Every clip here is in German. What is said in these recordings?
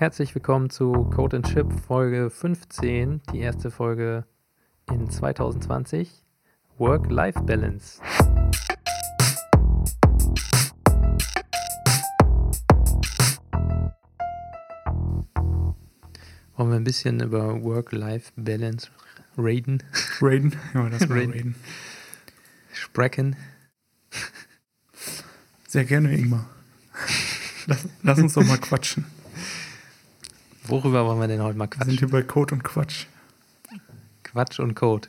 Herzlich willkommen zu Code and Chip Folge 15, die erste Folge in 2020, Work-Life-Balance. Wollen wir ein bisschen über Work-Life-Balance reden? Ja, das mal reden. Sprechen. Sehr gerne, Ingmar. Lass uns doch mal quatschen. Worüber wollen wir denn heute mal Wir quatschen? sind hier bei Code und Quatsch. Quatsch und Code.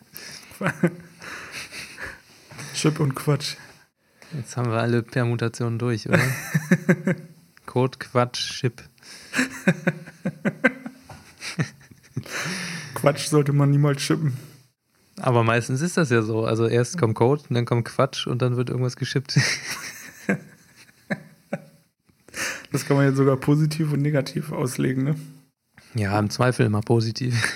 Chip und Quatsch. Jetzt haben wir alle Permutationen durch, oder? Code, Quatsch, Chip. Quatsch sollte man niemals chippen. Aber meistens ist das ja so. Also erst kommt Code und dann kommt Quatsch und dann wird irgendwas geschippt. Das kann man jetzt sogar positiv und negativ auslegen, ne? Ja, im Zweifel immer positiv.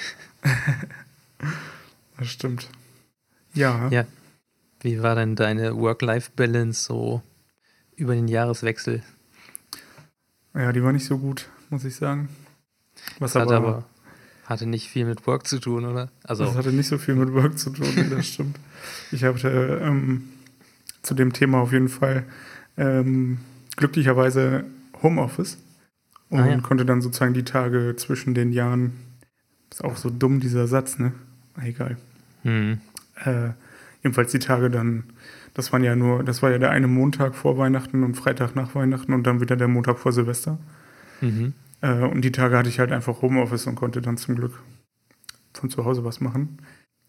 Das stimmt. Ja. Ja. Wie war denn deine Work-Life-Balance so über den Jahreswechsel? Ja, die war nicht so gut, muss ich sagen. Das hatte nicht viel mit Work zu tun, oder? Also, das hatte nicht so viel mit Work zu tun, das stimmt. Ich hatte zu dem Thema auf jeden Fall glücklicherweise Homeoffice und konnte dann sozusagen die Tage zwischen den Jahren, ist auch so dumm dieser Satz, ne? Egal. Jedenfalls die Tage dann, das war ja der eine Montag vor Weihnachten und Freitag nach Weihnachten und dann wieder der Montag vor Silvester. Und die Tage hatte ich halt einfach Homeoffice und konnte dann zum Glück von zu Hause was machen.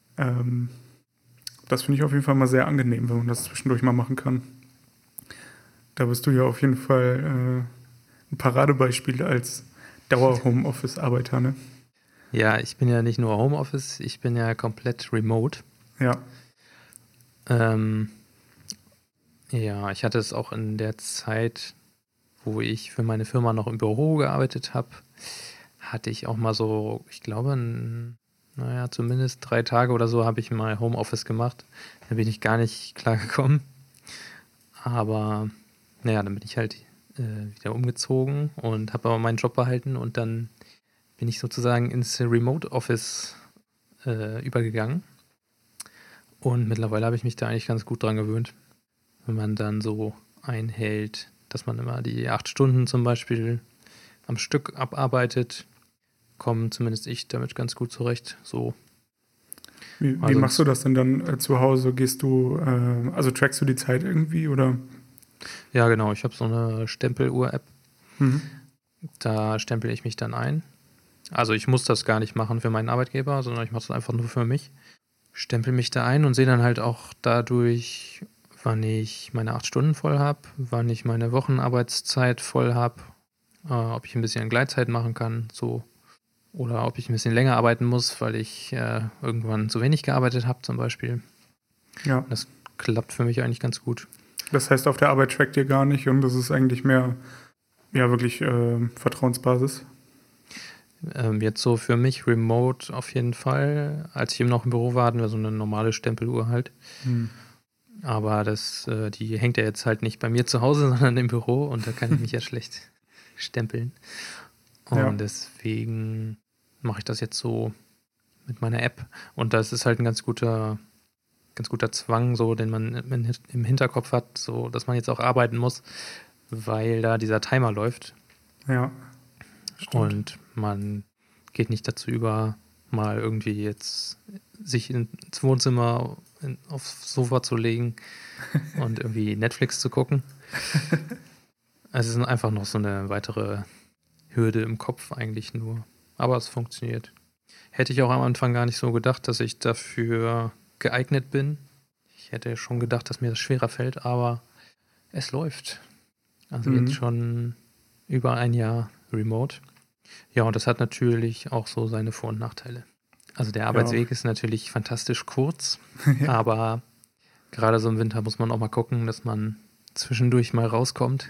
Das finde ich auf jeden Fall mal sehr angenehm, wenn man das zwischendurch mal machen kann. Da bist du ja auf jeden Fall ein Paradebeispiel als Dauer-Homeoffice-Arbeiter, ne? Ja, ich bin ja nicht nur Homeoffice, ich bin ja komplett remote. Ja. Ja, ich hatte es auch in der Zeit, wo ich für meine Firma noch im Büro gearbeitet habe, hatte ich auch mal so, ich glaube, zumindest 3 Tage oder so habe ich mal Homeoffice gemacht. Da bin ich gar nicht klar gekommen. Aber naja, dann bin ich halt wieder umgezogen und habe aber meinen Job behalten und dann bin ich sozusagen ins Remote Office übergegangen. Und mittlerweile habe ich mich da eigentlich ganz gut dran gewöhnt, wenn man dann so einhält, dass man immer die 8 Stunden zum Beispiel am Stück abarbeitet, komme zumindest ich damit ganz gut zurecht. So. Wie machst du das denn dann zu Hause? Gehst du, also trackst du die Zeit irgendwie oder? Ja, genau. Ich habe so eine Stempeluhr-App. Da stempel ich mich dann ein. Also ich muss das gar nicht machen für meinen Arbeitgeber, sondern ich mache es einfach nur für mich. Stempel mich da ein und sehe dann halt auch dadurch, wann ich meine 8 Stunden voll habe, wann ich meine Wochenarbeitszeit voll habe, ob ich ein bisschen Gleitzeit machen kann, so. Oder ob ich ein bisschen länger arbeiten muss, weil ich irgendwann zu wenig gearbeitet habe zum Beispiel. Ja. Das klappt für mich eigentlich ganz gut. Das heißt, auf der Arbeit trackt ihr gar nicht und das ist eigentlich mehr, ja, wirklich Vertrauensbasis. Jetzt so für mich remote auf jeden Fall. Als ich eben noch im Büro war, hatten wir so eine normale Stempeluhr halt. Aber die hängt ja jetzt halt nicht bei mir zu Hause, sondern im Büro und da kann ich mich ja schlecht stempeln. Und deswegen mache ich das jetzt so mit meiner App. Und das ist halt ein ganz guter Zwang, so, den man im Hinterkopf hat, so, dass man jetzt auch arbeiten muss, weil da dieser Timer läuft. Ja, stimmt. Und man geht nicht dazu über, mal irgendwie jetzt sich ins Wohnzimmer aufs Sofa zu legen und irgendwie Netflix zu gucken. Es ist einfach noch so eine weitere Hürde im Kopf eigentlich nur. Aber es funktioniert. Hätte ich auch am Anfang gar nicht so gedacht, dass ich dafür geeignet bin. Ich hätte schon gedacht, dass mir das schwerer fällt, aber es läuft. Also jetzt schon über ein Jahr remote. Ja, und das hat natürlich auch so seine Vor- und Nachteile. Also der Arbeitsweg ist natürlich fantastisch kurz, aber gerade so im Winter muss man auch mal gucken, dass man zwischendurch mal rauskommt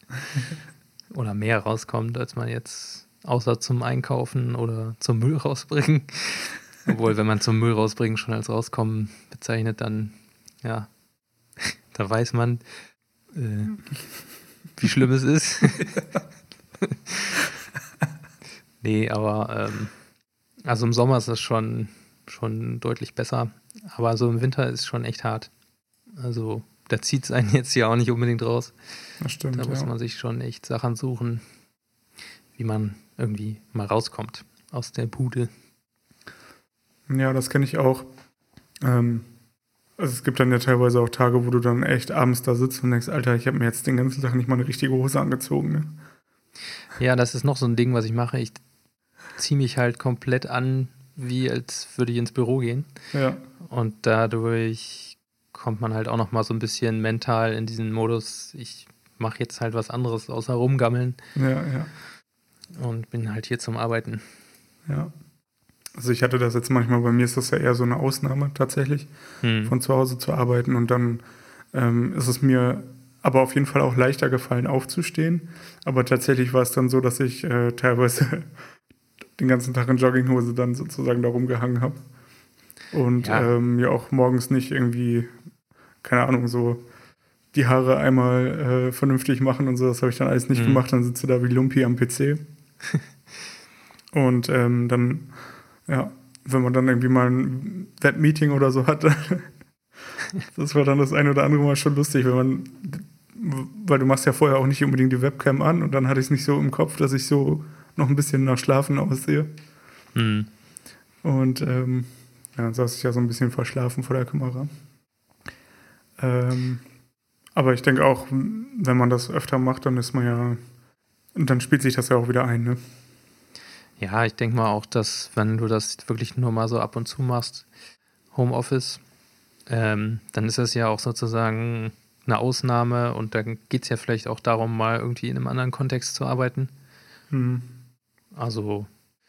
oder mehr rauskommt, als man jetzt außer zum Einkaufen oder zum Müll rausbringen. Obwohl, wenn man zum Müll rausbringen schon als rauskommen bezeichnet, dann, ja, da weiß man, wie schlimm es ist. Nee, aber also im Sommer ist das schon deutlich besser. Aber so im Winter ist schon echt hart. Also da zieht es einen jetzt ja auch nicht unbedingt raus. Das stimmt, Da muss man sich schon echt Sachen suchen, wie man irgendwie mal rauskommt aus der Bude. Ja, das kenne ich auch. Also es gibt dann ja teilweise auch Tage, wo du dann echt abends da sitzt und denkst, Alter, ich habe mir jetzt den ganzen Tag nicht mal eine richtige Hose angezogen. Ne? Ja, das ist noch so ein Ding, was ich mache. Ich ziehe mich halt komplett an, wie als würde ich ins Büro gehen. Ja. Und dadurch kommt man halt auch noch mal so ein bisschen mental in diesen Modus, ich mache jetzt halt was anderes außer rumgammeln. Ja. Und bin halt hier zum Arbeiten. Ja. Also ich hatte das jetzt manchmal, bei mir ist das ja eher so eine Ausnahme tatsächlich, von zu Hause zu arbeiten. Und dann ist es mir aber auf jeden Fall auch leichter gefallen, aufzustehen. Aber tatsächlich war es dann so, dass ich teilweise den ganzen Tag in Jogginghose dann sozusagen da rumgehangen habe. Und ja auch morgens nicht irgendwie, keine Ahnung, so die Haare einmal vernünftig machen und so. Das habe ich dann alles nicht gemacht. Dann sitze da wie Lumpi am PC. Und dann, ja, wenn man dann irgendwie mal ein Webmeeting oder so hatte, das war dann das ein oder andere Mal schon lustig, weil du machst ja vorher auch nicht unbedingt die Webcam an und dann hatte ich es nicht so im Kopf, dass ich so noch ein bisschen nach Schlafen aussehe. Und dann saß ich ja so ein bisschen verschlafen vor der Kamera. Aber ich denke auch, wenn man das öfter macht, dann ist man ja, und dann spielt sich das ja auch wieder ein, ne? Ja, ich denke mal auch, dass wenn du das wirklich nur mal so ab und zu machst, Homeoffice, dann ist das ja auch sozusagen eine Ausnahme und dann geht es ja vielleicht auch darum, mal irgendwie in einem anderen Kontext zu arbeiten. Also,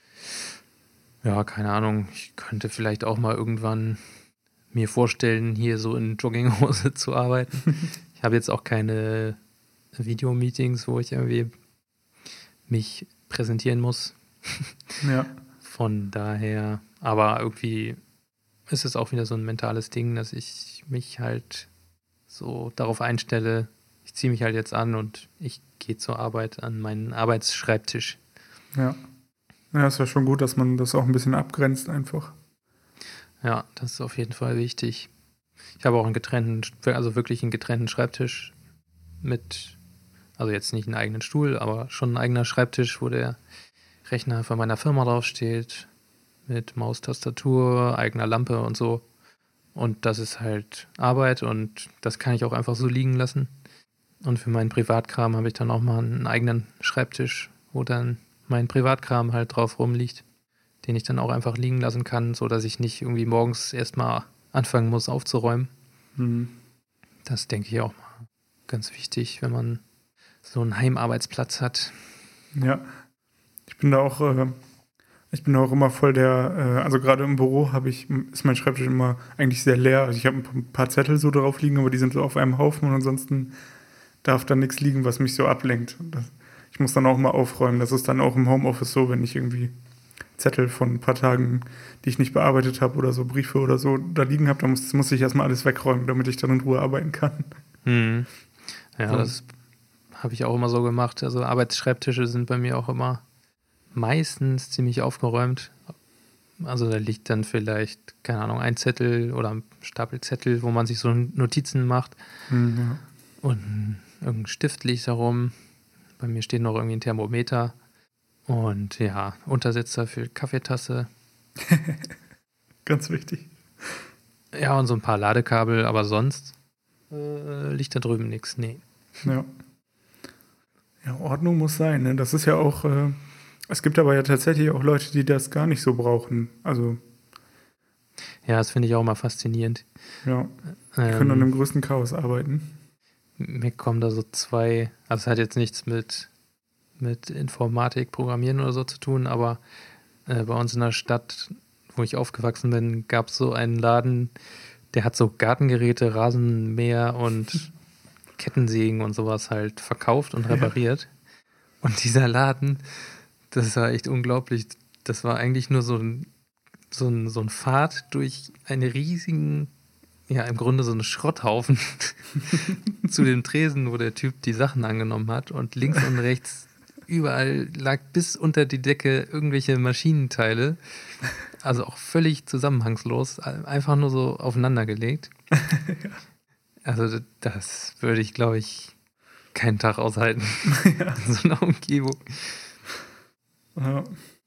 ja, keine Ahnung, ich könnte vielleicht auch mal irgendwann mir vorstellen, hier so in Jogginghose zu arbeiten. Ich habe jetzt auch keine Videomeetings, wo ich irgendwie mich präsentieren muss. Ja. Von daher, aber irgendwie ist es auch wieder so ein mentales Ding, dass ich mich halt so darauf einstelle, ich ziehe mich halt jetzt an und ich gehe zur Arbeit an meinen Arbeitsschreibtisch. Ja. Ja, ist ja schon gut, dass man das auch ein bisschen abgrenzt einfach. Ja, das ist auf jeden Fall wichtig. Ich habe auch wirklich einen getrennten Schreibtisch mit, also jetzt nicht einen eigenen Stuhl, aber schon ein eigener Schreibtisch, wo der Rechner von meiner Firma draufsteht, mit Maus, Tastatur, eigener Lampe und so. Und das ist halt Arbeit und das kann ich auch einfach so liegen lassen. Und für meinen Privatkram habe ich dann auch mal einen eigenen Schreibtisch, wo dann mein Privatkram halt drauf rumliegt, den ich dann auch einfach liegen lassen kann, sodass ich nicht irgendwie morgens erstmal anfangen muss aufzuräumen. Das denke ich auch mal ganz wichtig, wenn man so einen Heimarbeitsplatz hat. Ja, ich bin da auch immer voll also gerade im Büro ist mein Schreibtisch immer eigentlich sehr leer. Also ich habe ein paar Zettel so drauf liegen, aber die sind so auf einem Haufen und ansonsten darf da nichts liegen, was mich so ablenkt. Ich muss dann auch mal aufräumen. Das ist dann auch im Homeoffice so, wenn ich irgendwie Zettel von ein paar Tagen, die ich nicht bearbeitet habe oder so Briefe oder so da liegen habe, dann muss ich erstmal alles wegräumen, damit ich dann in Ruhe arbeiten kann. Ja, so. Das habe ich auch immer so gemacht. Also Arbeitsschreibtische sind bei mir auch immer meistens ziemlich aufgeräumt. Also da liegt dann vielleicht, keine Ahnung, ein Zettel oder ein Stapel Zettel, wo man sich so Notizen macht. Ja. Und irgendein Stift liegt da rum. Bei mir steht noch irgendwie ein Thermometer. Und ja, Untersetzer für Kaffeetasse. Ganz wichtig. Ja, und so ein paar Ladekabel, aber sonst liegt da drüben nichts. Nee. Ja. Ja, Ordnung muss sein. Ne? Das ist ja auch, es gibt aber ja tatsächlich auch Leute, die das gar nicht so brauchen. Also. Ja, das finde ich auch mal faszinierend. Ja, die können dann im größten Chaos arbeiten. Mir kommen da so zwei, also es hat jetzt nichts mit Informatik, Programmieren oder so zu tun, aber bei uns in der Stadt, wo ich aufgewachsen bin, gab es so einen Laden, der hat so Gartengeräte, Rasenmäher und Kettensägen und sowas halt verkauft und repariert. Ja. Und dieser Laden, das war echt unglaublich. Das war eigentlich nur so ein Pfad durch einen riesigen, ja, im Grunde so einen Schrotthaufen zu dem Tresen, wo der Typ die Sachen angenommen hat. Und links und rechts überall lag bis unter die Decke irgendwelche Maschinenteile. Also auch völlig zusammenhangslos, einfach nur so aufeinander gelegt. Ja. Also das würde ich, glaube ich, keinen Tag aushalten. Ja. In so einer Umgebung. Ja.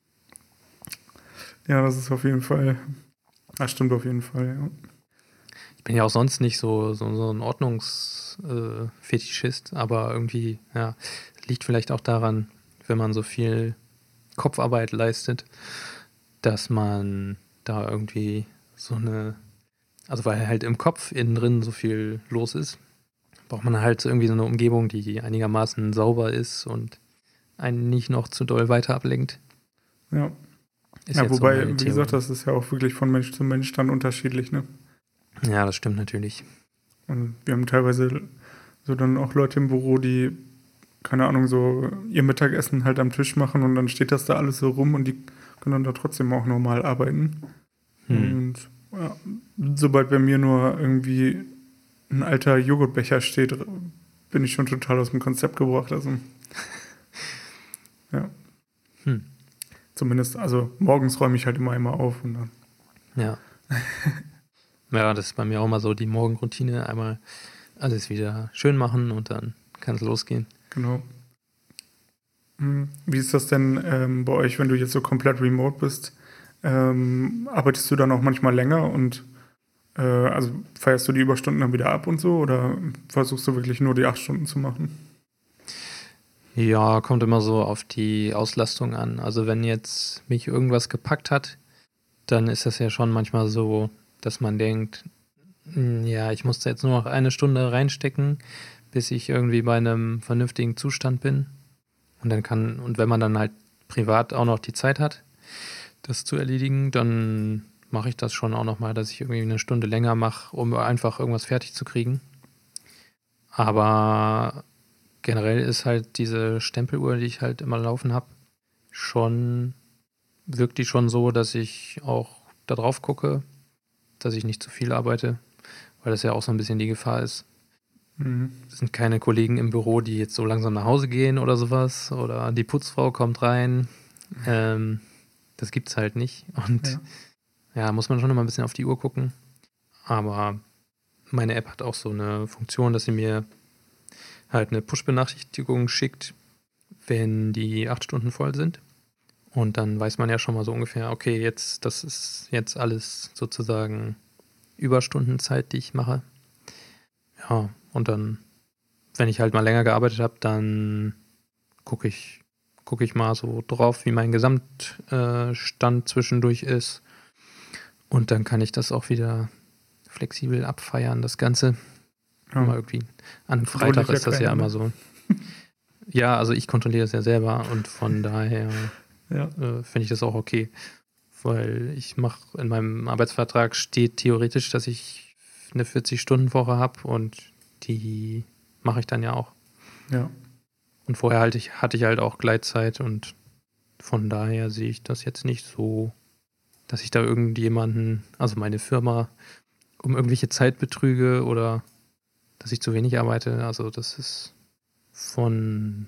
Ja, das ist auf jeden Fall. Das stimmt auf jeden Fall, ja. Ich bin ja auch sonst nicht so ein Ordnungsfetischist, aber irgendwie, ja, liegt vielleicht auch daran, wenn man so viel Kopfarbeit leistet, dass man da irgendwie so also weil halt im Kopf innen drin so viel los ist, braucht man halt irgendwie so eine Umgebung, die einigermaßen sauber ist und einen nicht noch zu doll weiter ablenkt. Ja. Ja, wobei, wie gesagt, das ist ja auch wirklich von Mensch zu Mensch dann unterschiedlich, ne? Ja, das stimmt natürlich. Und wir haben teilweise so dann auch Leute im Büro, die, keine Ahnung, so ihr Mittagessen halt am Tisch machen und dann steht das da alles so rum und die können dann da trotzdem auch normal arbeiten. Und ja, sobald bei mir nur irgendwie ein alter Joghurtbecher steht, bin ich schon total aus dem Konzept gebracht. Also, ja. Zumindest, also morgens räume ich halt immer einmal auf und dann. Ja. Ja, das ist bei mir auch mal so die Morgenroutine. Einmal alles wieder schön machen und dann kann es losgehen. Genau. Wie ist das denn bei euch, wenn du jetzt so komplett remote bist? Arbeitest du dann auch manchmal länger und also feierst du die Überstunden dann wieder ab und so oder versuchst du wirklich nur die 8 Stunden zu machen? Ja, kommt immer so auf die Auslastung an. Also wenn jetzt mich irgendwas gepackt hat, dann ist das ja schon manchmal so, dass man denkt, ja, ich muss da jetzt nur noch 1 Stunde reinstecken, bis ich irgendwie bei einem vernünftigen Zustand bin. Und wenn man dann halt privat auch noch die Zeit hat, das zu erledigen, dann mache ich das schon auch nochmal, dass ich irgendwie 1 Stunde länger mache, um einfach irgendwas fertig zu kriegen. Aber generell ist halt diese Stempeluhr, die ich halt immer laufen habe, wirkt die schon so, dass ich auch da drauf gucke, dass ich nicht zu viel arbeite, weil das ja auch so ein bisschen die Gefahr ist. Es sind keine Kollegen im Büro, die jetzt so langsam nach Hause gehen oder sowas, oder die Putzfrau kommt rein. Das gibt's halt nicht. Und ja, muss man schon immer ein bisschen auf die Uhr gucken. Aber meine App hat auch so eine Funktion, dass sie mir halt eine Push-Benachrichtigung schickt, wenn die 8 Stunden voll sind. Und dann weiß man ja schon mal so ungefähr, okay, das ist jetzt alles sozusagen Überstundenzeit, die ich mache. Ja, und dann, wenn ich halt mal länger gearbeitet habe, dann gucke ich mal so drauf, wie mein Gesamtstand zwischendurch ist. Und dann kann ich das auch wieder flexibel abfeiern, das Ganze. Ja. Mal irgendwie an einem Freitag ist das ja immer so. Ja, also ich kontrolliere das ja selber und von daher finde ich das auch okay. Weil in meinem Arbeitsvertrag steht theoretisch, dass ich eine 40-Stunden-Woche habe und die mache ich dann ja auch. Ja. Und vorher hatte ich halt auch Gleitzeit und von daher sehe ich das jetzt nicht so, dass ich da irgendjemanden, also meine Firma, um irgendwelche Zeit betrüge oder dass ich zu wenig arbeite. Also das ist von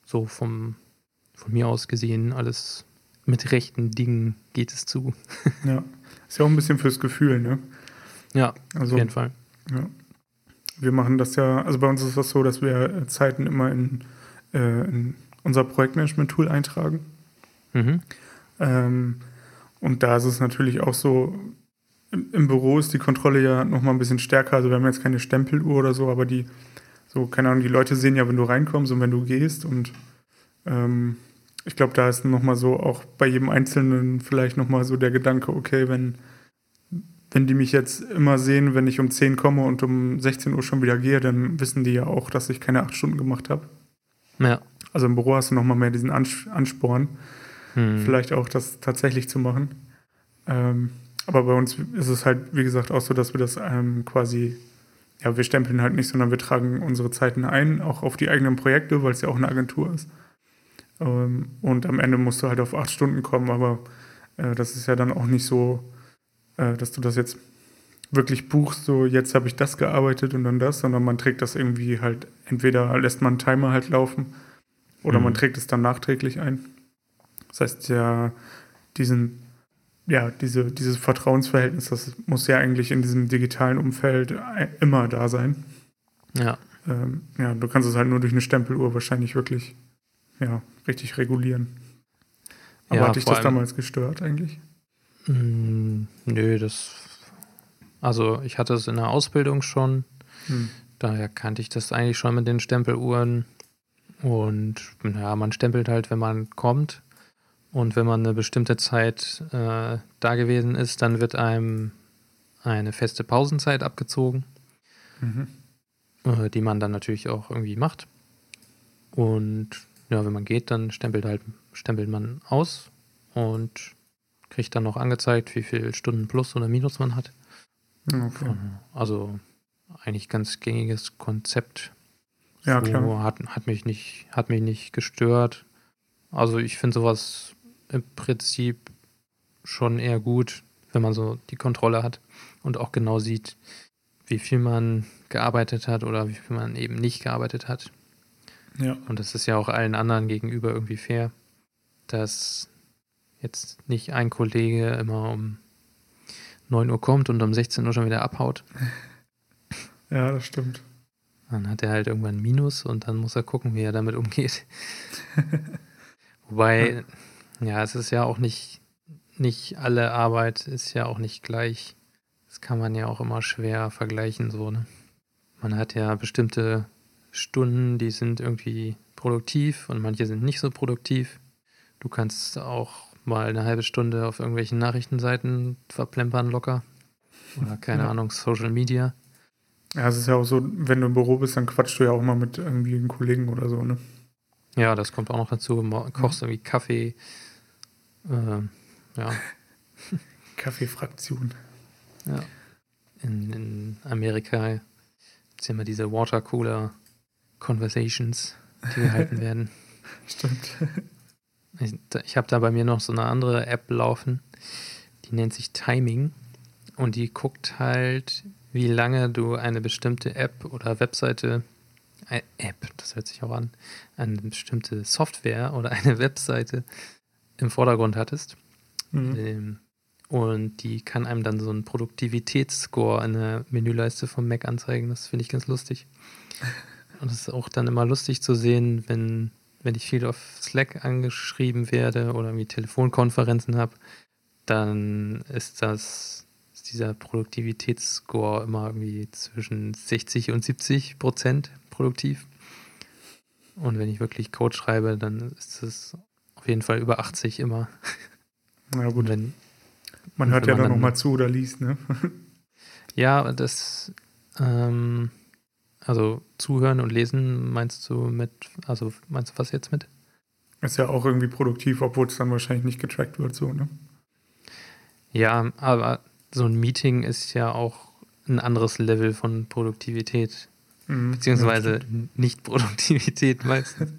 mir aus gesehen alles mit rechten Dingen geht es zu. Ja, ist ja auch ein bisschen fürs Gefühl, ne? Ja, also, auf jeden Fall. Ja. Wir machen das ja, also bei uns ist das so, dass wir Zeiten immer in unser Projektmanagement-Tool eintragen. Und da ist es natürlich auch so, im Büro ist die Kontrolle ja nochmal ein bisschen stärker. Also wir haben jetzt keine Stempeluhr oder so, aber keine Ahnung, die Leute sehen ja, wenn du reinkommst und wenn du gehst. Und ich glaube, da ist nochmal so auch bei jedem Einzelnen vielleicht nochmal so der Gedanke, okay, wenn die mich jetzt immer sehen, wenn ich um 10 komme und um 16 Uhr schon wieder gehe, dann wissen die ja auch, dass ich keine 8 Stunden gemacht habe. Ja. Also im Büro hast du nochmal mehr diesen Ansporn, vielleicht auch das tatsächlich zu machen. Aber bei uns ist es halt, wie gesagt, auch so, dass wir das quasi, ja, wir stempeln halt nicht, sondern wir tragen unsere Zeiten ein, auch auf die eigenen Projekte, weil es ja auch eine Agentur ist. Und am Ende musst du halt auf 8 Stunden kommen, aber das ist ja dann auch nicht so, dass du das jetzt wirklich buchst, so jetzt habe ich das gearbeitet und dann das, sondern man trägt das irgendwie halt, entweder lässt man einen Timer halt laufen Oder man trägt es dann nachträglich ein. Das heißt ja, dieses Vertrauensverhältnis, das muss ja eigentlich in diesem digitalen Umfeld immer da sein. Ja. Du kannst es halt nur durch eine Stempeluhr wahrscheinlich wirklich richtig regulieren. Aber hat dich das damals gestört eigentlich? Nö, also ich hatte es in der Ausbildung schon. Daher kannte ich das eigentlich schon mit den Stempeluhren. Und man stempelt halt, wenn man kommt. Und wenn man eine bestimmte Zeit da gewesen ist, dann wird einem eine feste Pausenzeit abgezogen, die man dann natürlich auch irgendwie macht. Und wenn man geht, dann stempelt man aus und kriegt dann noch angezeigt, wie viele Stunden plus oder minus man hat. Okay. Also eigentlich ganz gängiges Konzept. Ja, so klar. Hat mich nicht gestört. Also ich finde sowas im Prinzip schon eher gut, wenn man so die Kontrolle hat und auch genau sieht, wie viel man gearbeitet hat oder wie viel man eben nicht gearbeitet hat. Ja. Und das ist ja auch allen anderen gegenüber irgendwie fair, dass jetzt nicht ein Kollege immer um 9 Uhr kommt und um 16 Uhr schon wieder abhaut. Ja, das stimmt. Dann hat er halt irgendwann ein Minus und dann muss er gucken, wie er damit umgeht. Wobei, es ist ja auch nicht alle Arbeit ist ja auch nicht gleich. Das kann man ja auch immer schwer vergleichen, so, ne? Man hat ja bestimmte Stunden, die sind irgendwie produktiv und manche sind nicht so produktiv. Du kannst auch mal eine halbe Stunde auf irgendwelchen Nachrichtenseiten verplempern locker. Oder keine Ahnung, Social Media. Ja, es ist ja auch so, wenn du im Büro bist, dann quatschst du ja auch mal mit irgendwie einem Kollegen oder so, ne? Ja, das kommt auch noch dazu. Kochst irgendwie Kaffee. Kaffeefraktion. Ja. In Amerika gibt es ja immer diese Watercooler-Conversations, die gehalten werden. Stimmt. Ich habe da bei mir noch so eine andere App laufen, die nennt sich Timing und die guckt halt, wie lange du eine bestimmte App oder Webseite, das hört sich auch an, eine bestimmte Software oder eine Webseite im Vordergrund hattest. Und die kann einem dann so einen Produktivitätsscore in der Menüleiste vom Mac anzeigen. Das finde ich ganz lustig. Und es ist auch dann immer lustig zu sehen, wenn ich viel auf Slack angeschrieben werde oder irgendwie Telefonkonferenzen habe, dann ist dieser Produktivitätsscore immer irgendwie zwischen 60 und 70% produktiv. Und wenn ich wirklich Code schreibe, dann ist es auf jeden Fall über 80 immer. Na gut. Man hört ja dann nochmal zu oder liest, ne? Ja, also zuhören und lesen meinst du was jetzt mit? Ist ja auch irgendwie produktiv, obwohl es dann wahrscheinlich nicht getrackt wird, so, ne? Ja, aber so ein Meeting ist ja auch ein anderes Level von Produktivität. Beziehungsweise Nicht-Produktivität meistens.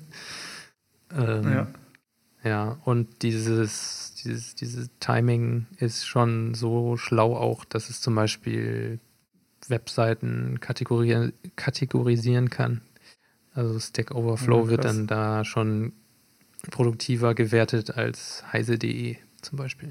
Ja, und dieses Timing ist schon so schlau auch, dass es zum Beispiel Webseiten kategorisieren kann. Also Stack Overflow wird dann da schon produktiver gewertet als heise.de zum Beispiel.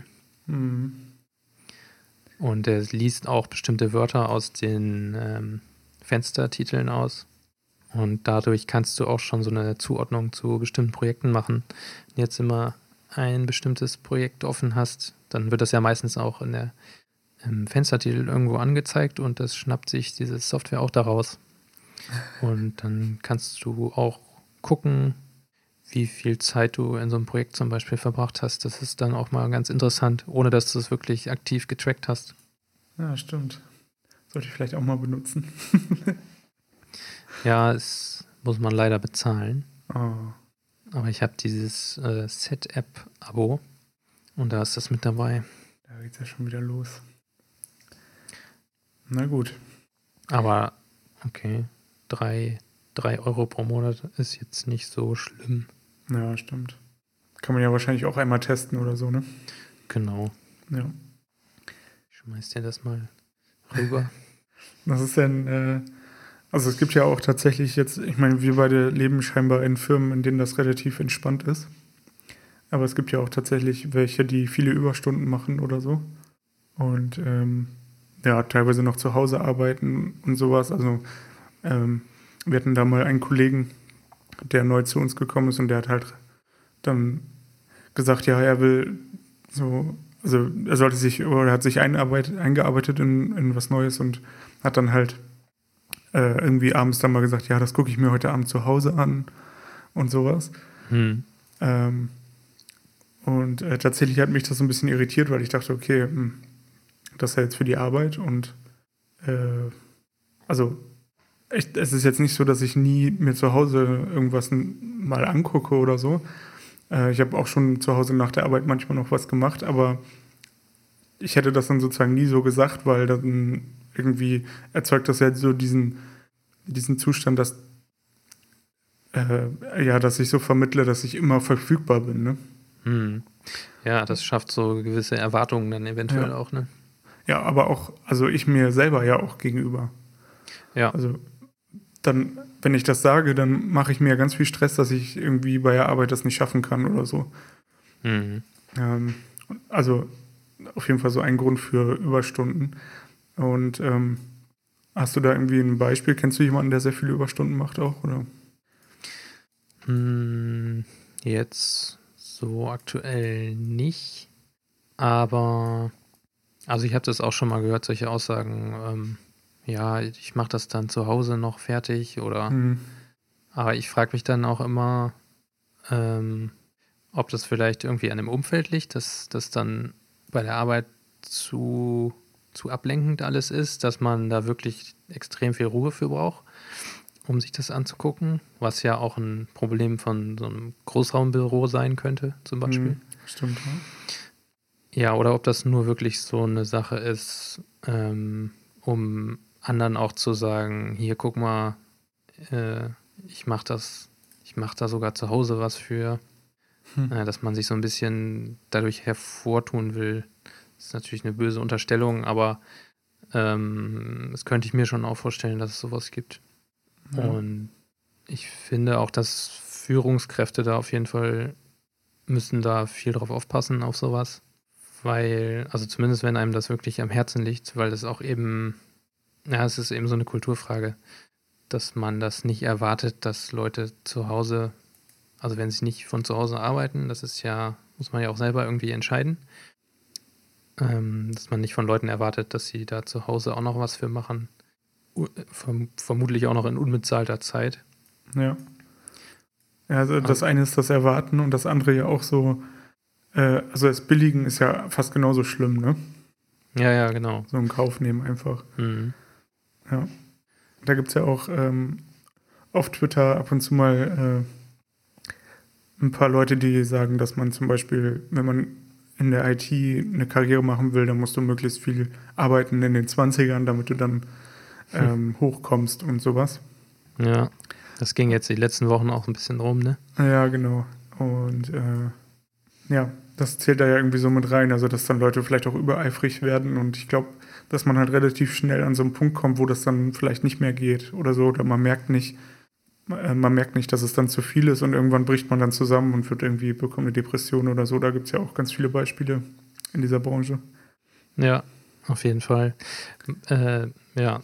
Und er liest auch bestimmte Wörter aus den Fenstertiteln aus. Und dadurch kannst du auch schon so eine Zuordnung zu bestimmten Projekten machen. Wenn du jetzt immer ein bestimmtes Projekt offen hast, dann wird das ja meistens auch im Fenstertitel irgendwo angezeigt und das schnappt sich diese Software auch daraus. Und dann kannst du auch gucken, wie viel Zeit du in so einem Projekt zum Beispiel verbracht hast. Das ist dann auch mal ganz interessant, ohne dass du es wirklich aktiv getrackt hast. Ja, stimmt. Sollte ich vielleicht auch mal benutzen. Ja, es muss man leider bezahlen. Oh. Aber ich habe dieses Set-App-Abo und da ist das mit dabei. Da geht's ja schon wieder los. Na gut. Aber okay, 3 Euro pro Monat ist jetzt nicht so schlimm. Ja, stimmt. Kann man ja wahrscheinlich auch einmal testen oder so, ne? Genau. Ja. Ich schmeiß dir das mal rüber. Was ist denn Also es gibt ja auch tatsächlich jetzt, ich meine, wir beide leben scheinbar in Firmen, in denen das relativ entspannt ist. Aber es gibt ja auch tatsächlich welche, die viele Überstunden machen oder so. Und ja, teilweise noch zu Hause arbeiten und sowas. Also wir hatten da mal einen Kollegen, der neu zu uns gekommen ist und der hat halt dann gesagt, ja, er will so, also er sollte sich oder hat sich eingearbeitet in was Neues und hat dann halt irgendwie abends dann mal gesagt, ja, das gucke ich mir heute Abend zu Hause an und sowas. Und tatsächlich hat mich das so ein bisschen irritiert, weil ich dachte, okay, das ist ja jetzt für die Arbeit und also es ist jetzt nicht so, dass ich nie mir zu Hause irgendwas mal angucke oder so. Ich habe auch schon zu Hause nach der Arbeit manchmal noch was gemacht, aber ich hätte das dann sozusagen nie so gesagt, weil dann irgendwie erzeugt das ja so diesen Zustand, dass ja, dass ich so vermittle, dass ich immer verfügbar bin, ne? Ja, das schafft so gewisse Erwartungen dann eventuell auch, ne? Ja, aber auch, also ich mir selber ja auch gegenüber. Ja. Also dann, wenn ich das sage, dann mache ich mir ganz viel Stress, dass ich irgendwie bei der Arbeit das nicht schaffen kann oder so. Also auf jeden Fall so ein Grund für Überstunden. Und hast du da irgendwie ein Beispiel? Kennst du jemanden, der sehr viele Überstunden macht auch, oder? Jetzt so aktuell nicht. Aber, also ich habe das auch schon mal gehört, solche Aussagen, ja, ich mache das dann zu Hause noch fertig oder, aber ich frage mich dann auch immer, ob das vielleicht irgendwie an dem Umfeld liegt, dass das dann bei der Arbeit zu ablenkend alles ist, dass man da wirklich extrem viel Ruhe für braucht, um sich das anzugucken, was ja auch ein Problem von so einem Großraumbüro sein könnte, zum Beispiel. Stimmt, ja. Ja, oder ob das nur wirklich so eine Sache ist, um anderen auch zu sagen, hier, guck mal, ich mache da sogar zu Hause was für, dass man sich so ein bisschen dadurch hervortun will. Das ist natürlich eine böse Unterstellung, aber das könnte ich mir schon auch vorstellen, dass es sowas gibt. Ja. Und ich finde auch, dass Führungskräfte da auf jeden Fall müssen da viel drauf aufpassen auf sowas. Weil, also zumindest wenn einem das wirklich am Herzen liegt, weil das auch eben, ja, es ist eben so eine Kulturfrage, dass man das nicht erwartet, dass Leute zu Hause, also wenn sie nicht von zu Hause arbeiten, das ist ja, muss man ja auch selber irgendwie entscheiden, dass man nicht von Leuten erwartet, dass sie da zu Hause auch noch was für machen, vermutlich auch noch in unbezahlter Zeit. Ja. Ja, also das eine ist das Erwarten und das andere ja auch so, also das Billigen ist ja fast genauso schlimm, ne? Ja, genau. So in Kauf nehmen einfach. Ja. Da gibt es ja auch auf Twitter ab und zu mal ein paar Leute, die sagen, dass man zum Beispiel, wenn man in der IT eine Karriere machen will, dann musst du möglichst viel arbeiten in den 20ern, damit du dann hochkommst und sowas. Ja, das ging jetzt die letzten Wochen auch ein bisschen rum, ne? Ja, genau. Und ja, das zählt da ja irgendwie so mit rein, also dass dann Leute vielleicht auch übereifrig werden und ich glaube, dass man halt relativ schnell an so einen Punkt kommt, wo das dann vielleicht nicht mehr geht oder so, oder man merkt nicht, dass es dann zu viel ist und irgendwann bricht man dann zusammen und bekommt eine Depression oder so. Da gibt es ja auch ganz viele Beispiele in dieser Branche. Ja, auf jeden Fall. Ja,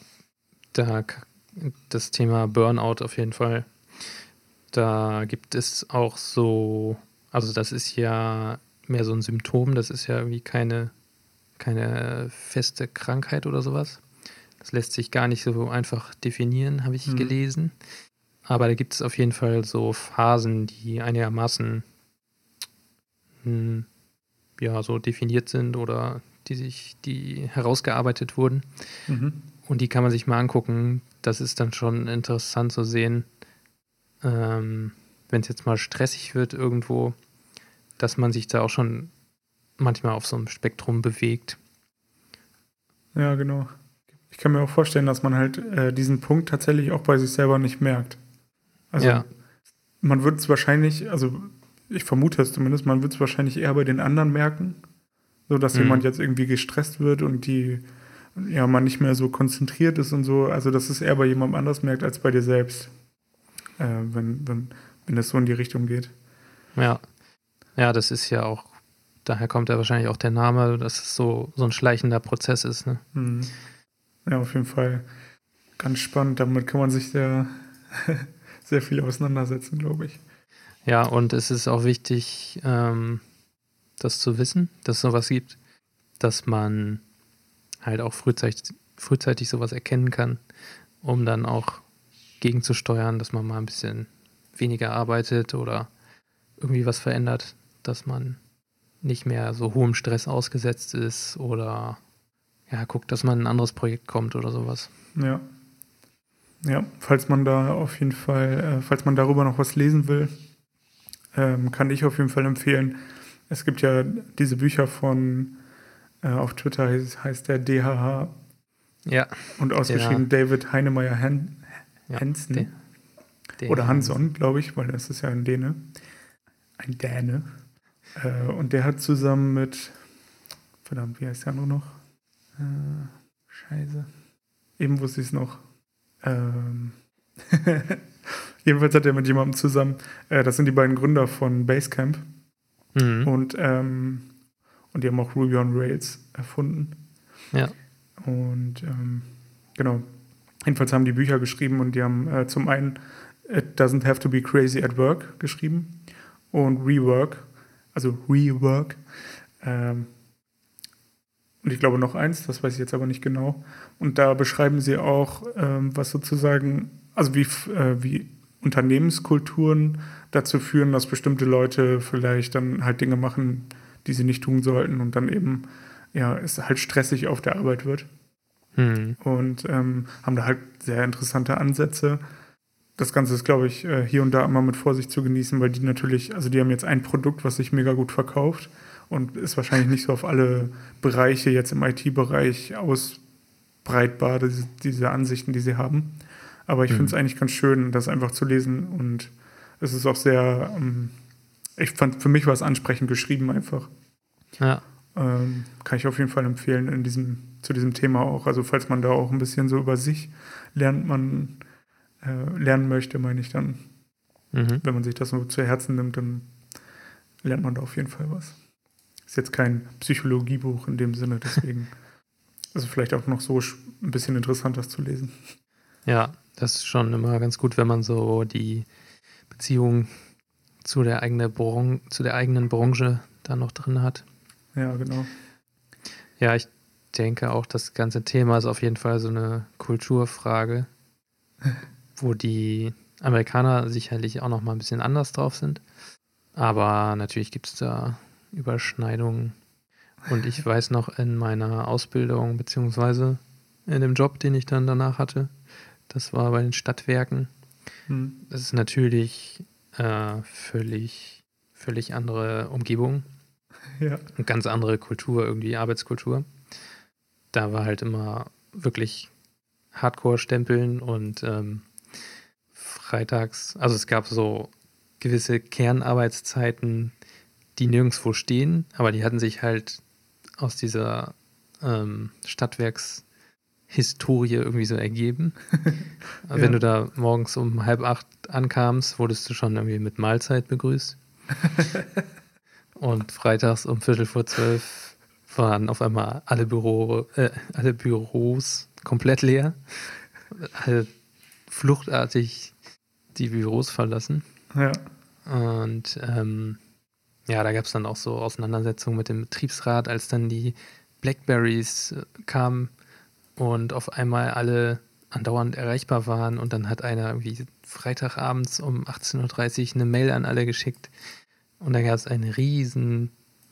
das Thema Burnout auf jeden Fall. Da gibt es auch so, also das ist ja mehr so ein Symptom, das ist ja irgendwie keine feste Krankheit oder sowas. Das lässt sich gar nicht so einfach definieren, habe ich gelesen. Aber da gibt es auf jeden Fall so Phasen, die einigermaßen ja, so definiert sind oder die herausgearbeitet wurden. Und die kann man sich mal angucken. Das ist dann schon interessant zu sehen, wenn es jetzt mal stressig wird irgendwo, dass man sich da auch schon manchmal auf so einem Spektrum bewegt. Ja, genau. Ich kann mir auch vorstellen, dass man halt diesen Punkt tatsächlich auch bei sich selber nicht merkt. Also ja. Man wird es wahrscheinlich, also ich vermute es zumindest, man wird es wahrscheinlich eher bei den anderen merken, so dass jemand jetzt irgendwie gestresst wird und die ja, man nicht mehr so konzentriert ist und so. Also, dass es eher bei jemandem anders merkt als bei dir selbst, wenn es so in die Richtung geht. Ja. Ja, das ist ja auch, daher kommt ja wahrscheinlich auch der Name, dass es so ein schleichender Prozess ist, ne? Ja, auf jeden Fall ganz spannend. Damit kann man sich sehr, sehr viel auseinandersetzen, glaube ich. Ja, und es ist auch wichtig, das zu wissen, dass es sowas gibt, dass man halt auch frühzeitig sowas erkennen kann, um dann auch gegenzusteuern, dass man mal ein bisschen weniger arbeitet oder irgendwie was verändert, dass man nicht mehr so hohem Stress ausgesetzt ist oder ja, guckt, dass man in ein anderes Projekt kommt oder sowas. Ja. Ja, falls man da auf jeden Fall, falls man darüber noch was lesen will, kann ich auf jeden Fall empfehlen. Es gibt ja diese Bücher von, auf Twitter heißt der DHH. Ja. Und ausgeschrieben David Heinemeier Hansen. Oder Hansson, glaube ich, weil das ist ja ein Däne. Ein Däne. Und der hat zusammen mit, verdammt, wie heißt der andere noch? Scheiße. Eben wusste ich es noch. Jedenfalls hat er mit jemandem zusammen, das sind die beiden Gründer von Basecamp. Und die haben auch Ruby on Rails erfunden. Ja. Und genau. Jedenfalls haben die Bücher geschrieben und die haben zum einen It Doesn't Have to Be Crazy at Work geschrieben und Rework. Und ich glaube noch eins, das weiß ich jetzt aber nicht genau. Und da beschreiben sie auch, was sozusagen, also wie Unternehmenskulturen dazu führen, dass bestimmte Leute vielleicht dann halt Dinge machen, die sie nicht tun sollten und dann eben, ja, es halt stressig auf der Arbeit wird. Und haben da halt sehr interessante Ansätze. Das Ganze ist, glaube ich, hier und da immer mit Vorsicht zu genießen, weil die natürlich, also die haben jetzt ein Produkt, was sich mega gut verkauft und ist wahrscheinlich nicht so auf alle Bereiche jetzt im IT-Bereich ausbreitbar, diese Ansichten, die sie haben. Aber ich finde es eigentlich ganz schön, das einfach zu lesen und es ist auch sehr, ich fand, für mich war es ansprechend geschrieben einfach. Ja. Kann ich auf jeden Fall empfehlen zu diesem Thema auch. Also falls man da auch ein bisschen so über sich lernen möchte, meine ich dann. Wenn man sich das so zu Herzen nimmt, dann lernt man da auf jeden Fall was. Ist jetzt kein Psychologiebuch in dem Sinne, deswegen ist es vielleicht auch noch so ein bisschen interessant, das zu lesen. Ja, das ist schon immer ganz gut, wenn man so die Beziehung zu der eigenen Branche da noch drin hat. Ja, genau. Ja, ich denke auch, das ganze Thema ist auf jeden Fall so eine Kulturfrage, wo die Amerikaner sicherlich auch noch mal ein bisschen anders drauf sind. Aber natürlich gibt es da Überschneidungen. Und ich weiß noch in meiner Ausbildung, beziehungsweise in dem Job, den ich dann danach hatte, das war bei den Stadtwerken. Das ist natürlich völlig andere Umgebung. Ja. Eine ganz andere Kultur, irgendwie Arbeitskultur. Da war halt immer wirklich Hardcore-Stempeln und freitags, also es gab so gewisse Kernarbeitszeiten, die nirgendwo stehen, aber die hatten sich halt aus dieser Stadtwerkshistorie irgendwie so ergeben. Ja. Wenn du da morgens um 7:30 ankamst, wurdest du schon irgendwie mit Mahlzeit begrüßt. Und freitags um 11:45 waren auf einmal alle Büros komplett leer. Alle fluchtartig die Büros verlassen. Ja. Und da gab es dann auch so Auseinandersetzungen mit dem Betriebsrat, als dann die Blackberries kamen und auf einmal alle andauernd erreichbar waren und dann hat einer irgendwie Freitagabends um 18:30 Uhr eine Mail an alle geschickt und dann gab es ein riesen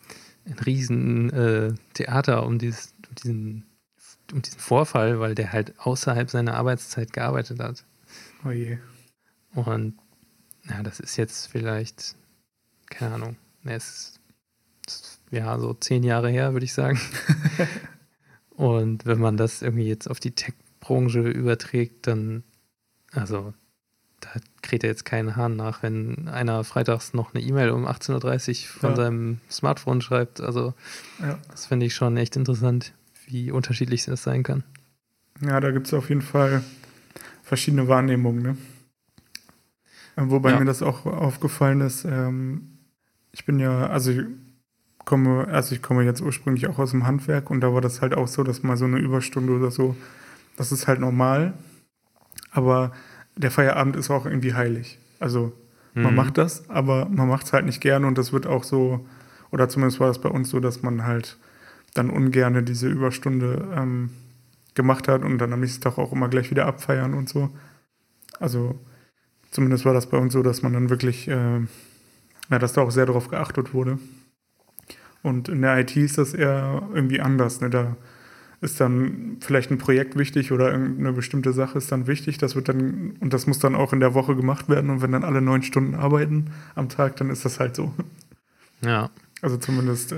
Theater um diesen Vorfall, weil der halt außerhalb seiner Arbeitszeit gearbeitet hat. Oh je. Und ja, das ist jetzt vielleicht, keine Ahnung, es ist ja so 10 Jahre her, würde ich sagen. Und wenn man das irgendwie jetzt auf die Tech-Branche überträgt, dann, also da kräht jetzt keinen Hahn nach, wenn einer freitags noch eine E-Mail um 18:30 Uhr von seinem Smartphone schreibt. Also das finde ich schon echt interessant, wie unterschiedlich das sein kann. Ja, da gibt es auf jeden Fall verschiedene Wahrnehmungen, ne? Wobei mir das auch aufgefallen ist, ich bin ja, ich komme jetzt ursprünglich auch aus dem Handwerk und da war das halt auch so, dass mal so eine Überstunde oder so, das ist halt normal, aber der Feierabend ist auch irgendwie heilig. Also man macht das, aber man macht es halt nicht gerne und das wird auch so, oder zumindest war das bei uns so, dass man halt dann ungerne diese Überstunde gemacht hat und dann am nächsten Tag auch immer gleich wieder abfeiern und so. Also zumindest war das bei uns so, dass man dann wirklich, dass da auch sehr darauf geachtet wurde. Und in der IT ist das eher irgendwie anders. Ne? Da ist dann vielleicht ein Projekt wichtig oder irgendeine bestimmte Sache ist dann wichtig. Und das muss dann auch in der Woche gemacht werden. Und wenn dann alle 9 Stunden arbeiten am Tag, dann ist das halt so. Ja. Also zumindest,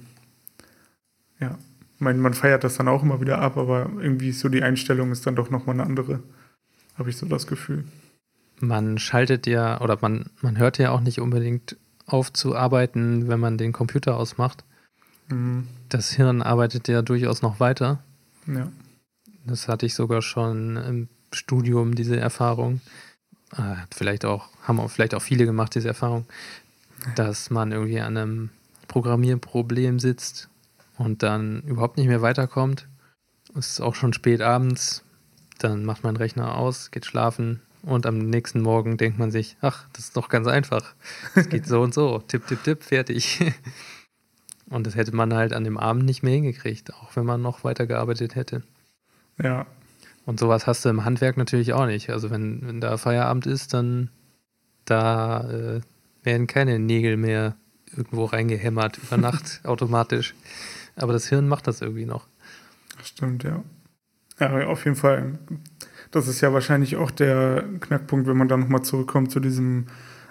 man feiert das dann auch immer wieder ab, aber irgendwie ist so die Einstellung ist dann doch nochmal eine andere, habe ich so das Gefühl. Man schaltet ja, oder man hört ja auch nicht unbedingt auf zu arbeiten, wenn man den Computer ausmacht. Mhm. Das Hirn arbeitet ja durchaus noch weiter. Ja. Das hatte ich sogar schon im Studium, diese Erfahrung. Haben vielleicht auch viele gemacht, diese Erfahrung, dass man irgendwie an einem Programmierproblem sitzt und dann überhaupt nicht mehr weiterkommt. Es ist auch schon spät abends, dann macht man den Rechner aus, geht schlafen und am nächsten Morgen denkt man sich, ach, das ist doch ganz einfach. Es geht so und so, tipp, tipp, tipp, fertig. Und das hätte man halt an dem Abend nicht mehr hingekriegt, auch wenn man noch weitergearbeitet hätte. Ja. Und sowas hast du im Handwerk natürlich auch nicht. Also wenn da Feierabend ist, dann da werden keine Nägel mehr irgendwo reingehämmert über Nacht automatisch. Aber das Hirn macht das irgendwie noch. Stimmt, ja. Ja, auf jeden Fall. Das ist ja wahrscheinlich auch der Knackpunkt, wenn man dann nochmal zurückkommt zu diesem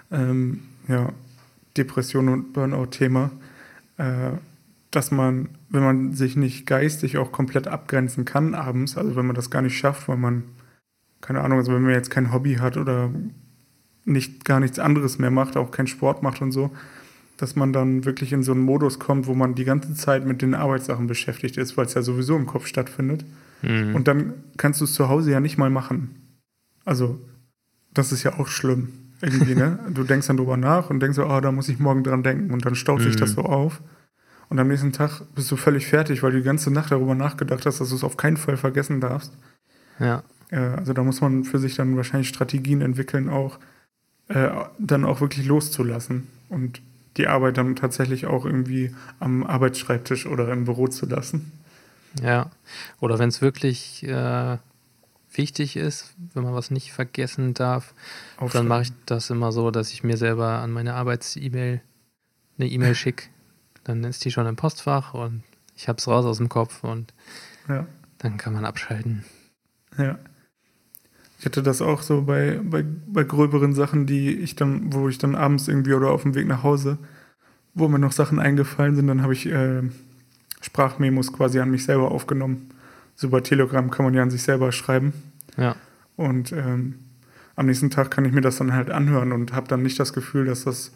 Depression- und Burnout-Thema, dass man, wenn man sich nicht geistig auch komplett abgrenzen kann abends, also wenn man das gar nicht schafft, weil man, keine Ahnung, also wenn man jetzt kein Hobby hat oder gar nichts anderes mehr macht, auch keinen Sport macht und so, dass man dann wirklich in so einen Modus kommt, wo man die ganze Zeit mit den Arbeitssachen beschäftigt ist, weil es ja sowieso im Kopf stattfindet. Mhm. Und dann kannst du es zu Hause ja nicht mal machen. Also, das ist ja auch schlimm. Irgendwie, ne? Du denkst dann drüber nach und denkst so, da muss ich morgen dran denken. Und dann staut sich das so auf. Und am nächsten Tag bist du völlig fertig, weil du die ganze Nacht darüber nachgedacht hast, dass du es auf keinen Fall vergessen darfst. Ja. Also da muss man für sich dann wahrscheinlich Strategien entwickeln, auch dann auch wirklich loszulassen und die Arbeit dann tatsächlich auch irgendwie am Arbeitsschreibtisch oder im Büro zu lassen. Ja, oder wenn es wirklich wichtig ist, wenn man was nicht vergessen darf, dann mache ich das immer so, dass ich mir selber an meine Arbeits-E-Mail eine E-Mail schicke. Dann ist die schon im Postfach und ich habe es raus aus dem Kopf und dann kann man abschalten. Ja. Ich hatte das auch so bei gröberen Sachen, wo ich dann abends irgendwie oder auf dem Weg nach Hause, wo mir noch Sachen eingefallen sind, dann habe ich Sprachmemos quasi an mich selber aufgenommen. So bei Telegram kann man ja an sich selber schreiben. Ja. Und am nächsten Tag kann ich mir das dann halt anhören und habe dann nicht das Gefühl, dass das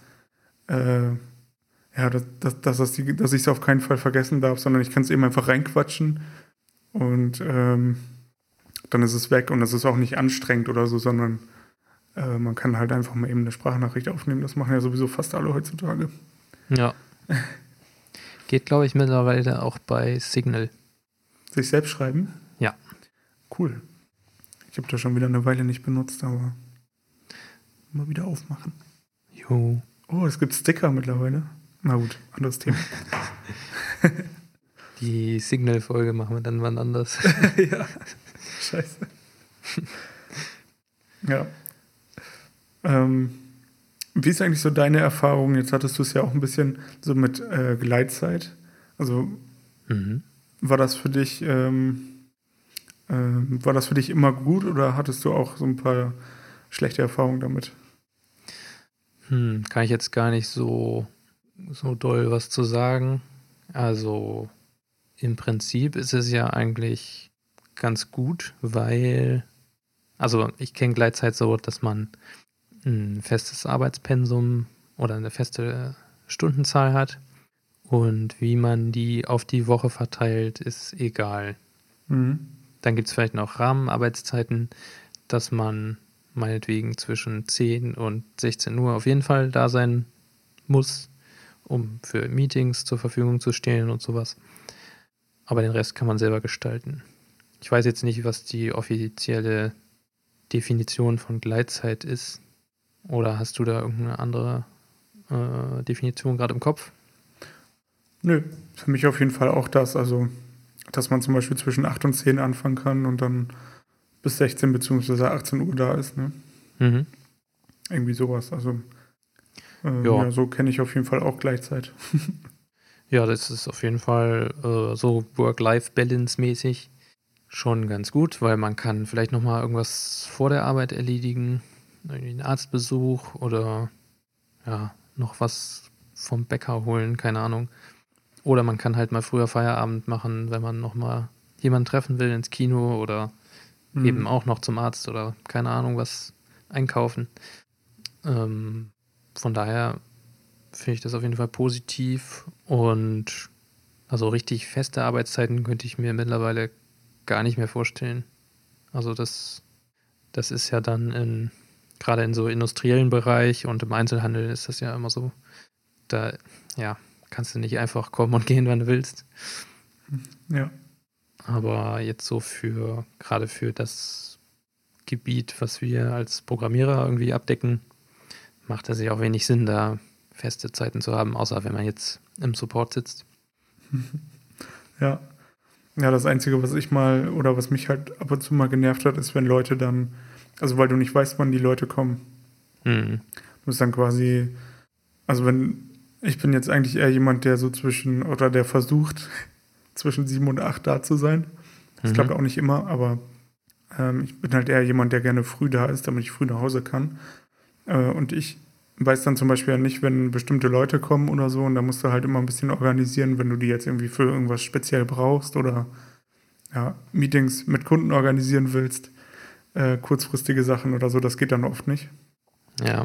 dass ich es auf keinen Fall vergessen darf, sondern ich kann es eben einfach reinquatschen und dann ist es weg und es ist auch nicht anstrengend oder so, sondern man kann halt einfach mal eben eine Sprachnachricht aufnehmen. Das machen ja sowieso fast alle heutzutage. Ja. Geht, glaube ich, mittlerweile auch bei Signal. Sich selbst schreiben? Ja. Cool. Ich habe das schon wieder eine Weile nicht benutzt, aber mal wieder aufmachen. Jo. Oh, es gibt Sticker mittlerweile. Na gut, anderes Thema. Die Signal-Folge machen wir dann wann anders. Ja, scheiße. Ja. Wie ist eigentlich so deine Erfahrung? Jetzt hattest du es ja auch ein bisschen so mit Gleitzeit. Also war das für dich immer gut oder hattest du auch so ein paar schlechte Erfahrungen damit? Kann ich jetzt gar nicht so doll was zu sagen. Also im Prinzip ist es ja eigentlich ganz gut, weil, also ich kenne Gleitzeit so, dass man ein festes Arbeitspensum oder eine feste Stundenzahl hat Und wie man die auf die Woche verteilt, ist egal. Mhm. Dann gibt es vielleicht noch Rahmenarbeitszeiten, dass man meinetwegen zwischen 10 und 16 Uhr auf jeden Fall da sein muss, um für Meetings zur Verfügung zu stehen und sowas. Aber den Rest kann man selber gestalten. Ich weiß jetzt nicht, was die offizielle Definition von Gleitzeit ist. Oder hast du da irgendeine andere Definition gerade im Kopf? Nö, für mich auf jeden Fall auch das. Also, dass man zum Beispiel zwischen 8 und 10 anfangen kann und dann bis 16 bzw. 18 Uhr da ist. Ne? Mhm. Irgendwie sowas. Also, Ja. ja, so kenne ich auf jeden Fall auch Gleitzeit. Ja, das ist auf jeden Fall so Work-Life-Balance-mäßig schon ganz gut, weil man kann vielleicht nochmal irgendwas vor der Arbeit erledigen, irgendwie einen Arztbesuch oder ja, noch was vom Bäcker holen, keine Ahnung. Oder man kann halt mal früher Feierabend machen, wenn man nochmal jemanden treffen will ins Kino oder eben auch noch zum Arzt oder keine Ahnung was einkaufen. Von daher finde ich das auf jeden Fall positiv und also richtig feste Arbeitszeiten könnte ich mir mittlerweile gar nicht mehr vorstellen. Also das ist ja dann gerade in so industriellen Bereich und im Einzelhandel ist das ja immer so, da ja, kannst du nicht einfach kommen und gehen, wann du willst. Ja. Aber jetzt so gerade für das Gebiet, was wir als Programmierer irgendwie abdecken, macht es ja auch wenig Sinn, da feste Zeiten zu haben, außer wenn man jetzt im Support sitzt. Ja. Ja, das Einzige, was mich halt ab und zu mal genervt hat, ist, wenn Leute dann, also weil du nicht weißt, wann die Leute kommen. Du musst dann quasi, ich bin jetzt eigentlich eher jemand, der so der versucht, zwischen 7 und 8 da zu sein. Das klappt auch nicht immer, aber ich bin halt eher jemand, der gerne früh da ist, damit ich früh nach Hause kann. Und ich weiß dann zum Beispiel nicht, wenn bestimmte Leute kommen oder so, und da musst du halt immer ein bisschen organisieren, wenn du die jetzt irgendwie für irgendwas speziell brauchst oder ja, Meetings mit Kunden organisieren willst, kurzfristige Sachen oder so, das geht dann oft nicht. Ja.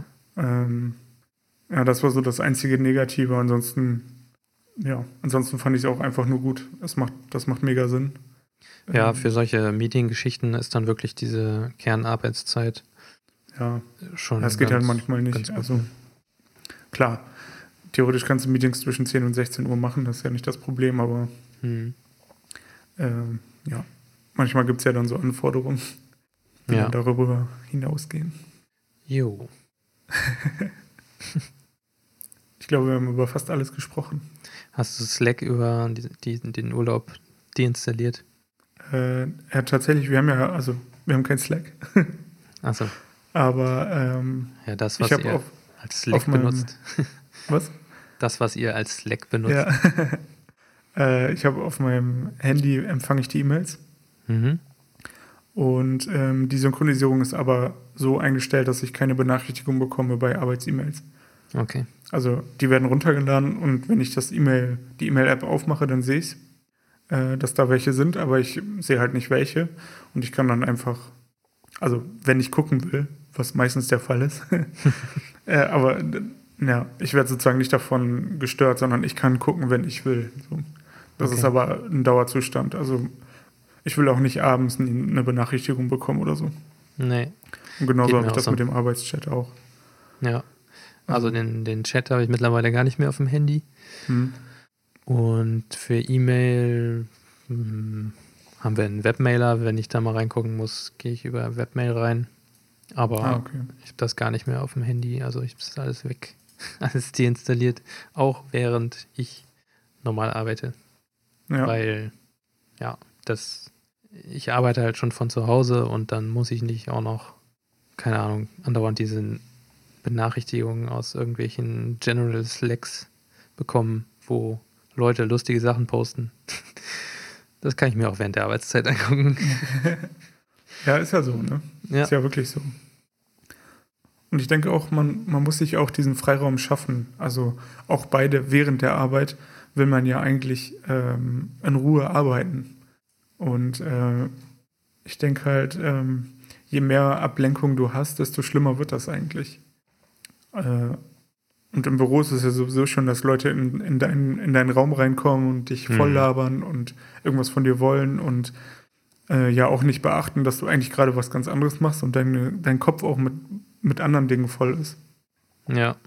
Ja, das war so das einzige Negative. Ansonsten fand ich es auch einfach nur gut. Das macht mega Sinn. Ja, für solche Meeting-Geschichten ist dann wirklich diese Kernarbeitszeit schon das geht halt manchmal nicht. Also klar, theoretisch kannst du Meetings zwischen 10 und 16 Uhr machen, das ist ja nicht das Problem, aber manchmal gibt es ja dann so Anforderungen, die dann darüber hinausgehen. Jo. Ich glaube, wir haben über fast alles gesprochen. Hast du Slack über den Urlaub deinstalliert? Ja, tatsächlich, wir haben kein Slack. Achso. Aber ja, das, was ihr als Slack benutzt. Was? Das, was ihr als Slack benutzt. Ja. Ich habe auf meinem Handy empfange ich die E-Mails. Und die Synchronisierung ist aber so eingestellt, dass ich keine Benachrichtigung bekomme bei Arbeits-E-Mails. Okay. Also die werden runtergeladen und wenn ich die E-Mail-App aufmache, dann sehe ich, dass da welche sind, aber ich sehe halt nicht welche. Und ich kann dann einfach, also wenn ich gucken will, was meistens der Fall ist, aber ja, ich werde sozusagen nicht davon gestört, sondern ich kann gucken, wenn ich will. So. Das ist aber ein Dauerzustand. Also ich will auch nicht abends eine Benachrichtigung bekommen oder so. Nee. Und genauso habe ich das mit dem Arbeitschat auch. Ja. Also den Chat habe ich mittlerweile gar nicht mehr auf dem Handy. Und für E-Mail haben wir einen Webmailer. Wenn ich da mal reingucken muss, gehe ich über Webmail rein. Aber ich habe das gar nicht mehr auf dem Handy. Also ich habe das alles weg. Alles deinstalliert. Auch während ich normal arbeite. Ja. Weil, ich arbeite halt schon von zu Hause und dann muss ich nicht auch noch, keine Ahnung, andauernd diese Benachrichtigungen aus irgendwelchen General Slacks bekommen, wo Leute lustige Sachen posten. Das kann ich mir auch während der Arbeitszeit angucken. Ja, ist ja so, ne? Ja. Ist ja wirklich so. Und ich denke auch, man muss sich auch diesen Freiraum schaffen. Also auch während der Arbeit will man ja eigentlich in Ruhe arbeiten. Und ich denke halt, je mehr Ablenkung du hast, desto schlimmer wird das eigentlich. Und im Büro ist es ja sowieso schon, dass Leute in deinen Raum reinkommen und dich voll labern und irgendwas von dir wollen und ja auch nicht beachten, dass du eigentlich gerade was ganz anderes machst und dein Kopf auch mit anderen Dingen voll ist. Ja.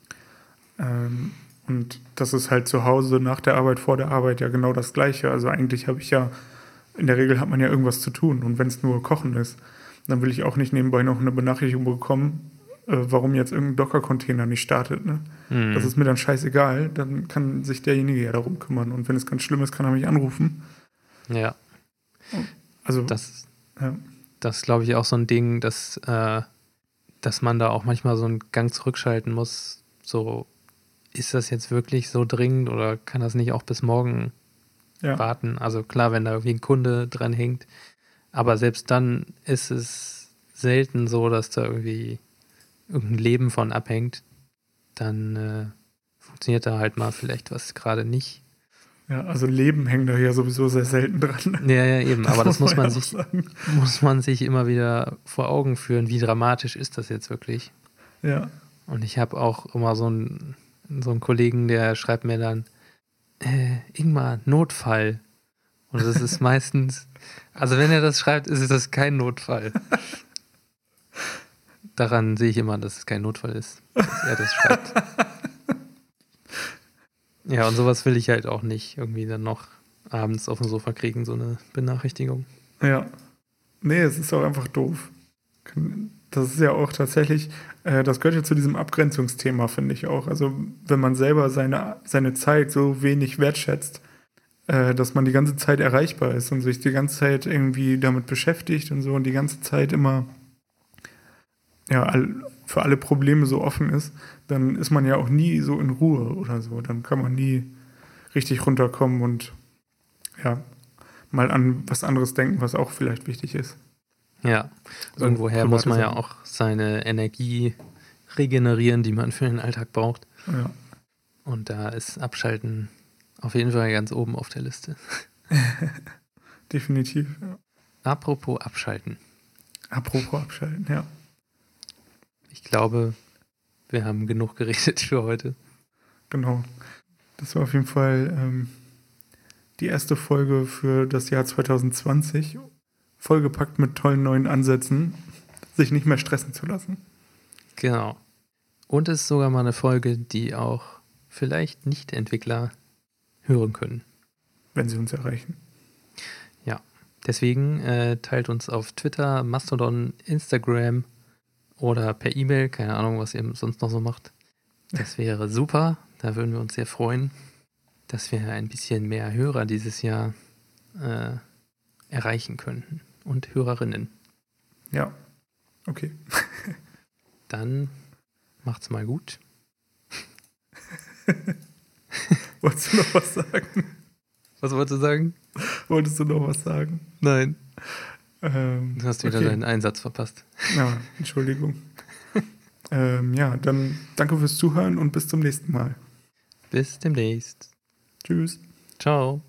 Und das ist halt zu Hause nach der Arbeit, vor der Arbeit ja genau das Gleiche. Also eigentlich in der Regel hat man ja irgendwas zu tun. Und wenn es nur Kochen ist, dann will ich auch nicht nebenbei noch eine Benachrichtigung bekommen, warum jetzt irgendein Docker-Container nicht startet. Ne? Das ist mir dann scheißegal. Dann kann sich derjenige ja darum kümmern. Und wenn es ganz schlimm ist, kann er mich anrufen. Ja. Also, das ist, glaube ich, auch so ein Ding, dass man da auch manchmal so einen Gang zurückschalten muss. So, ist das jetzt wirklich so dringend oder kann das nicht auch bis morgen warten? Also klar, wenn da irgendwie ein Kunde dran hängt, aber selbst dann ist es selten so, dass da irgendwie irgendein Leben von abhängt. Dann funktioniert da halt mal vielleicht was gerade nicht. Ja, also Leben hängt da ja sowieso sehr selten dran. Ja, eben, aber das muss man sich immer wieder vor Augen führen, wie dramatisch ist das jetzt wirklich. Ja. Und ich habe auch immer so einen Kollegen, der schreibt mir dann, Ingmar, Notfall. Und das ist meistens, also wenn er das schreibt, ist das kein Notfall. Daran sehe ich immer, dass es kein Notfall ist, dass er das schreibt. Ja, und sowas will ich halt auch nicht irgendwie dann noch abends auf dem Sofa kriegen, so eine Benachrichtigung. Ja. Nee, es ist auch einfach doof. Das ist ja auch tatsächlich, das gehört ja zu diesem Abgrenzungsthema, finde ich auch. Also wenn man selber seine Zeit so wenig wertschätzt, dass man die ganze Zeit erreichbar ist und sich die ganze Zeit irgendwie damit beschäftigt und so und die ganze Zeit immer für alle Probleme so offen ist, dann ist man ja auch nie so in Ruhe oder so. Dann kann man nie richtig runterkommen und ja, mal an was anderes denken, was auch vielleicht wichtig ist. Ja, irgendwoher muss man ja auch seine Energie regenerieren, die man für den Alltag braucht. Ja. Und da ist Abschalten auf jeden Fall ganz oben auf der Liste. Definitiv, ja. Apropos Abschalten. Ja. Ich glaube, wir haben genug geredet für heute. Genau. Das war auf jeden Fall die erste Folge für das Jahr 2020. Vollgepackt mit tollen neuen Ansätzen, sich nicht mehr stressen zu lassen. Genau. Und es ist sogar mal eine Folge, die auch vielleicht Nicht-Entwickler hören können. Wenn sie uns erreichen. Ja, deswegen teilt uns auf Twitter, Mastodon, Instagram oder per E-Mail, keine Ahnung, was ihr sonst noch so macht. Das wäre super, da würden wir uns sehr freuen, dass wir ein bisschen mehr Hörer dieses Jahr erreichen könnten und Hörerinnen. Ja, okay. Dann macht's mal gut. Wolltest du noch was sagen? Was wolltest du sagen? Wolltest du noch was sagen? Nein. Du hast wieder deinen Einsatz verpasst. Ja, Entschuldigung. Ja, dann danke fürs Zuhören und bis zum nächsten Mal. Bis demnächst. Tschüss. Ciao.